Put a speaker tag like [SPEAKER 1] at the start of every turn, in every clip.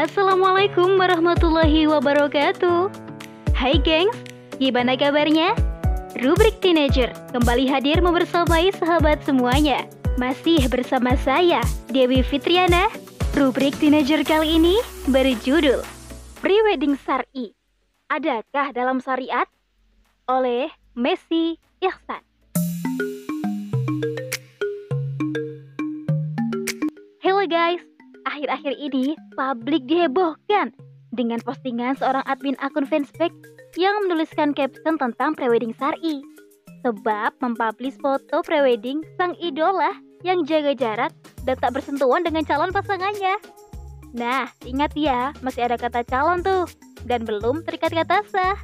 [SPEAKER 1] Assalamualaikum warahmatullahi wabarakatuh. Hai gengs, gimana kabarnya? Rubrik Teenager kembali hadir membersamai sahabat semuanya. Masih bersama saya, Dewi Fitriana. Rubrik Teenager kali ini berjudul Prewedding Syar'i. Adakah dalam syariat? Oleh Messi Ihsan. Hello guys, akhir-akhir ini publik dihebohkan dengan postingan seorang admin akun fanspage yang menuliskan caption tentang prewedding syar'i. Sebab mempublish foto prewedding sang idola yang jaga jarak dan tak bersentuhan dengan calon pasangannya. Nah, ingat ya, masih ada kata calon tuh dan belum terikat kata sah.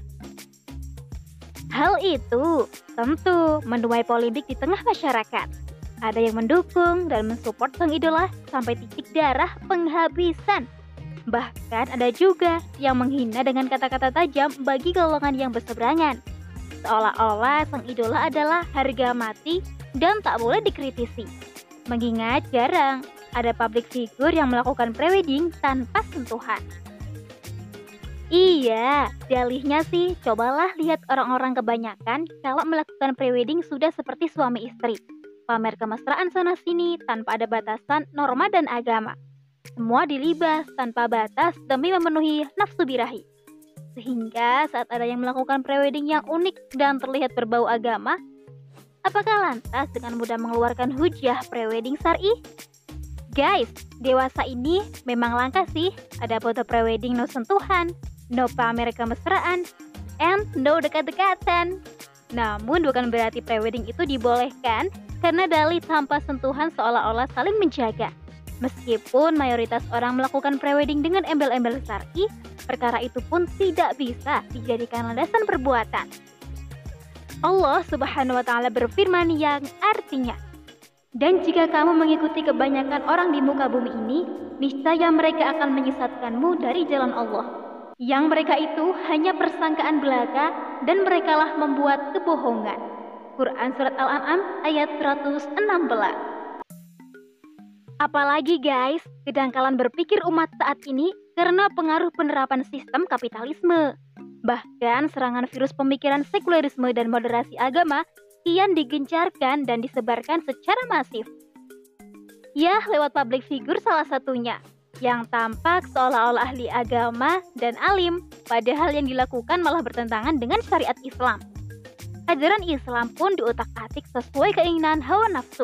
[SPEAKER 1] Hal itu tentu menuai polemik di tengah masyarakat. Ada yang mendukung dan mensupport sang idola sampai titik darah penghabisan. Bahkan ada juga yang menghina dengan kata-kata tajam bagi golongan yang berseberangan. Seolah-olah sang idola adalah harga mati dan tak boleh dikritisi. Mengingat jarang ada public figure yang melakukan prewedding tanpa sentuhan. Iya, dalihnya sih cobalah lihat orang-orang kebanyakan kalau melakukan prewedding sudah seperti suami istri. Pamer kemesraan sana-sini tanpa ada batasan norma dan agama. Semua dilibas tanpa batas demi memenuhi nafsu birahi. Sehingga saat ada yang melakukan prewedding yang unik dan terlihat berbau agama, apakah lantas dengan mudah mengeluarkan hujah prewedding syar'i? Guys, dewasa ini memang langka sih. Ada foto prewedding no sentuhan, no pamer kemesraan, and no dekat-dekatan. Namun bukan berarti prewedding itu dibolehkan karena dalih tanpa sentuhan seolah-olah saling menjaga. Meskipun mayoritas orang melakukan prewedding dengan embel-embel syar'i, perkara itu pun tidak bisa dijadikan landasan perbuatan. Allah Subhanahu wa Ta'ala berfirman yang artinya, "Dan jika kamu mengikuti kebanyakan orang di muka bumi ini, niscaya mereka akan menyesatkanmu dari jalan Allah. Yang mereka itu hanya persangkaan belaka dan merekalah membuat kebohongan." Quran Surat Al-An'am ayat 116. Apalagi guys, kedangkalan berpikir umat saat ini karena pengaruh penerapan sistem kapitalisme. Bahkan serangan virus pemikiran sekulerisme dan moderasi agama kian digencarkan dan disebarkan secara masif. Ya, lewat public figure salah satunya, yang tampak seolah-olah ahli agama dan alim, padahal yang dilakukan malah bertentangan dengan syariat Islam. Ajaran Islam pun diutak-atik sesuai keinginan hawa nafsu.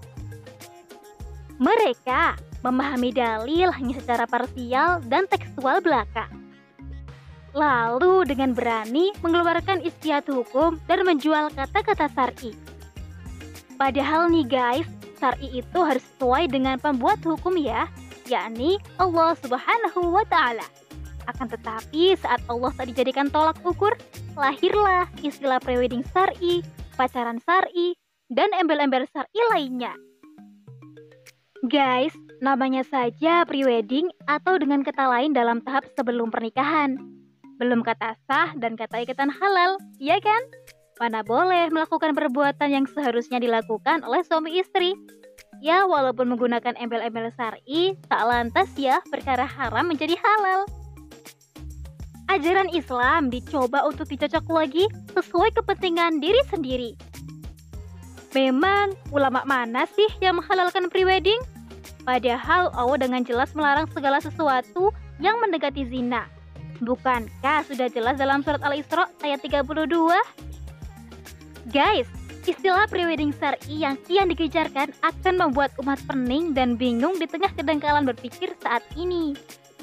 [SPEAKER 1] Mereka memahami dalil hanya secara parsial dan tekstual belaka. Lalu dengan berani mengeluarkan ijtihad hukum dan menjual kata-kata syar'i. Padahal nih guys, syar'i itu harus sesuai dengan pembuat hukum ya, yakni Allah Subhanahu wa Ta'ala. Akan tetapi saat Allah tak dijadikan tolak ukur, lahirlah istilah prewedding syar'i, pacaran syar'i, dan embel-embel syar'i lainnya. Guys, namanya saja prewedding atau dengan kata lain dalam tahap sebelum pernikahan. Belum kata sah dan kata ikatan halal, ya kan? Mana boleh melakukan perbuatan yang seharusnya dilakukan oleh suami istri. Ya, walaupun menggunakan embel-embel syar'i, tak lantas ya perkara haram menjadi halal. Ajaran Islam dicoba untuk dicocok lagi sesuai kepentingan diri sendiri. Memang ulama mana sih yang menghalalkan prewedding? Padahal Allah dengan jelas melarang segala sesuatu yang mendekati zina. Bukankah sudah jelas dalam surat Al-Isra ayat 32? Guys, istilah prewedding syar'i yang kian dikejarkan akan membuat umat pening dan bingung di tengah kedangkalan berpikir saat ini.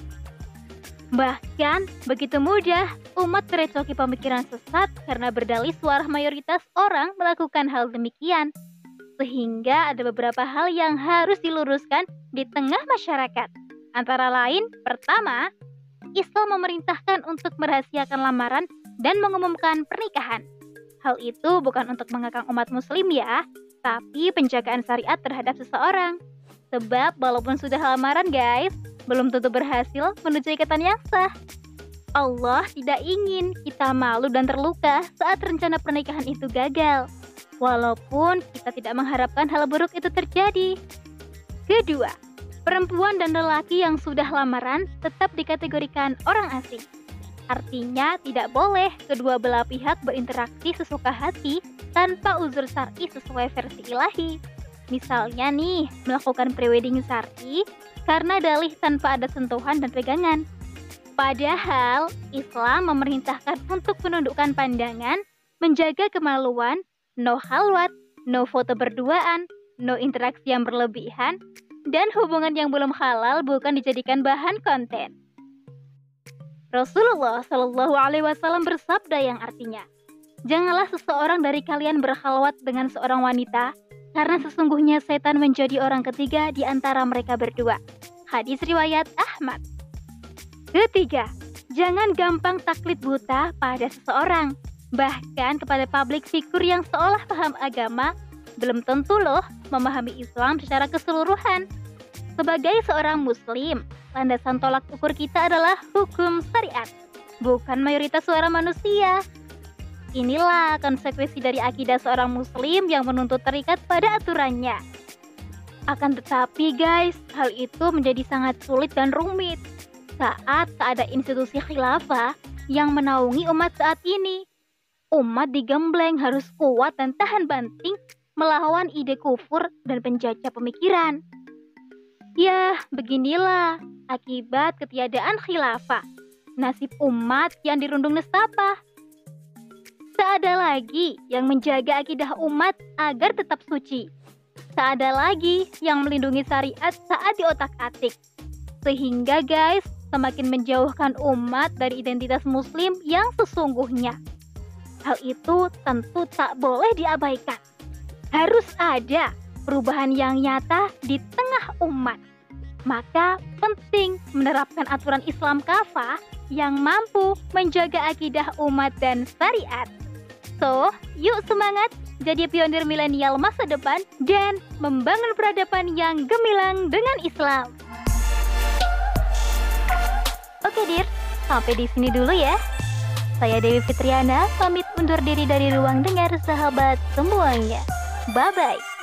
[SPEAKER 1] Bahkan begitu mudah umat terecoki pemikiran sesat karena berdalih suara mayoritas orang melakukan hal demikian. Sehingga ada beberapa hal yang harus diluruskan di tengah masyarakat. Antara lain, pertama, Islam memerintahkan untuk merahasiakan lamaran dan mengumumkan pernikahan. Hal itu bukan untuk mengekang umat muslim ya, tapi penjagaan syariat terhadap seseorang. Sebab walaupun sudah lamaran guys, belum tentu berhasil menuju ikatan yang sah. Allah tidak ingin kita malu dan terluka saat rencana pernikahan itu gagal. Walaupun kita tidak mengharapkan hal buruk itu terjadi. Kedua, Perempuan dan lelaki yang sudah lamaran tetap dikategorikan orang asing. Artinya tidak boleh kedua belah pihak berinteraksi sesuka hati tanpa uzur syar'i sesuai versi ilahi. Misalnya nih, melakukan prewedding syar'i karena dalih tanpa ada sentuhan dan pegangan. Padahal Islam memerintahkan untuk menundukkan pandangan, menjaga kemaluan, no halwat, no foto berduaan, no interaksi yang berlebihan, dan hubungan yang belum halal bukan dijadikan bahan konten. Rasulullah Shallallahu Alaihi Wasallam bersabda yang artinya, janganlah seseorang dari kalian berkhalwat dengan seorang wanita, karena sesungguhnya setan menjadi orang ketiga di antara mereka berdua. Hadis riwayat Ahmad. Ketiga, jangan gampang taklid buta pada seseorang, bahkan kepada public figure yang seolah paham agama, belum tentu loh memahami Islam secara keseluruhan. Sebagai seorang muslim, landasan tolak ukur kita adalah hukum syariat, bukan mayoritas suara manusia. Inilah konsekuensi dari akidah seorang muslim yang menuntut terikat pada aturannya. Akan tetapi guys, hal itu menjadi sangat sulit dan rumit saat ada institusi khilafah yang menaungi umat saat ini. Umat digembleng harus kuat dan tahan banting melawan ide kufur dan penjajah pemikiran. Ya, beginilah akibat ketiadaan khilafah. Nasib umat yang dirundung nestapa. Tak ada lagi yang menjaga akidah umat agar tetap suci. Tak ada lagi yang melindungi syariat saat diotak-atik. Sehingga guys, semakin menjauhkan umat dari identitas muslim yang sesungguhnya. Hal itu tentu tak boleh diabaikan. Harus ada perubahan yang nyata di tengah umat. Maka penting menerapkan aturan Islam kafah yang mampu menjaga akidah umat dan syariat. So, yuk semangat jadi pionir milenial masa depan dan membangun peradaban yang gemilang dengan Islam. Oke dir, sampai di sini dulu ya. Saya Dewi Fitriana, pamit undur diri dari ruang dengar sahabat semuanya. Bye-bye.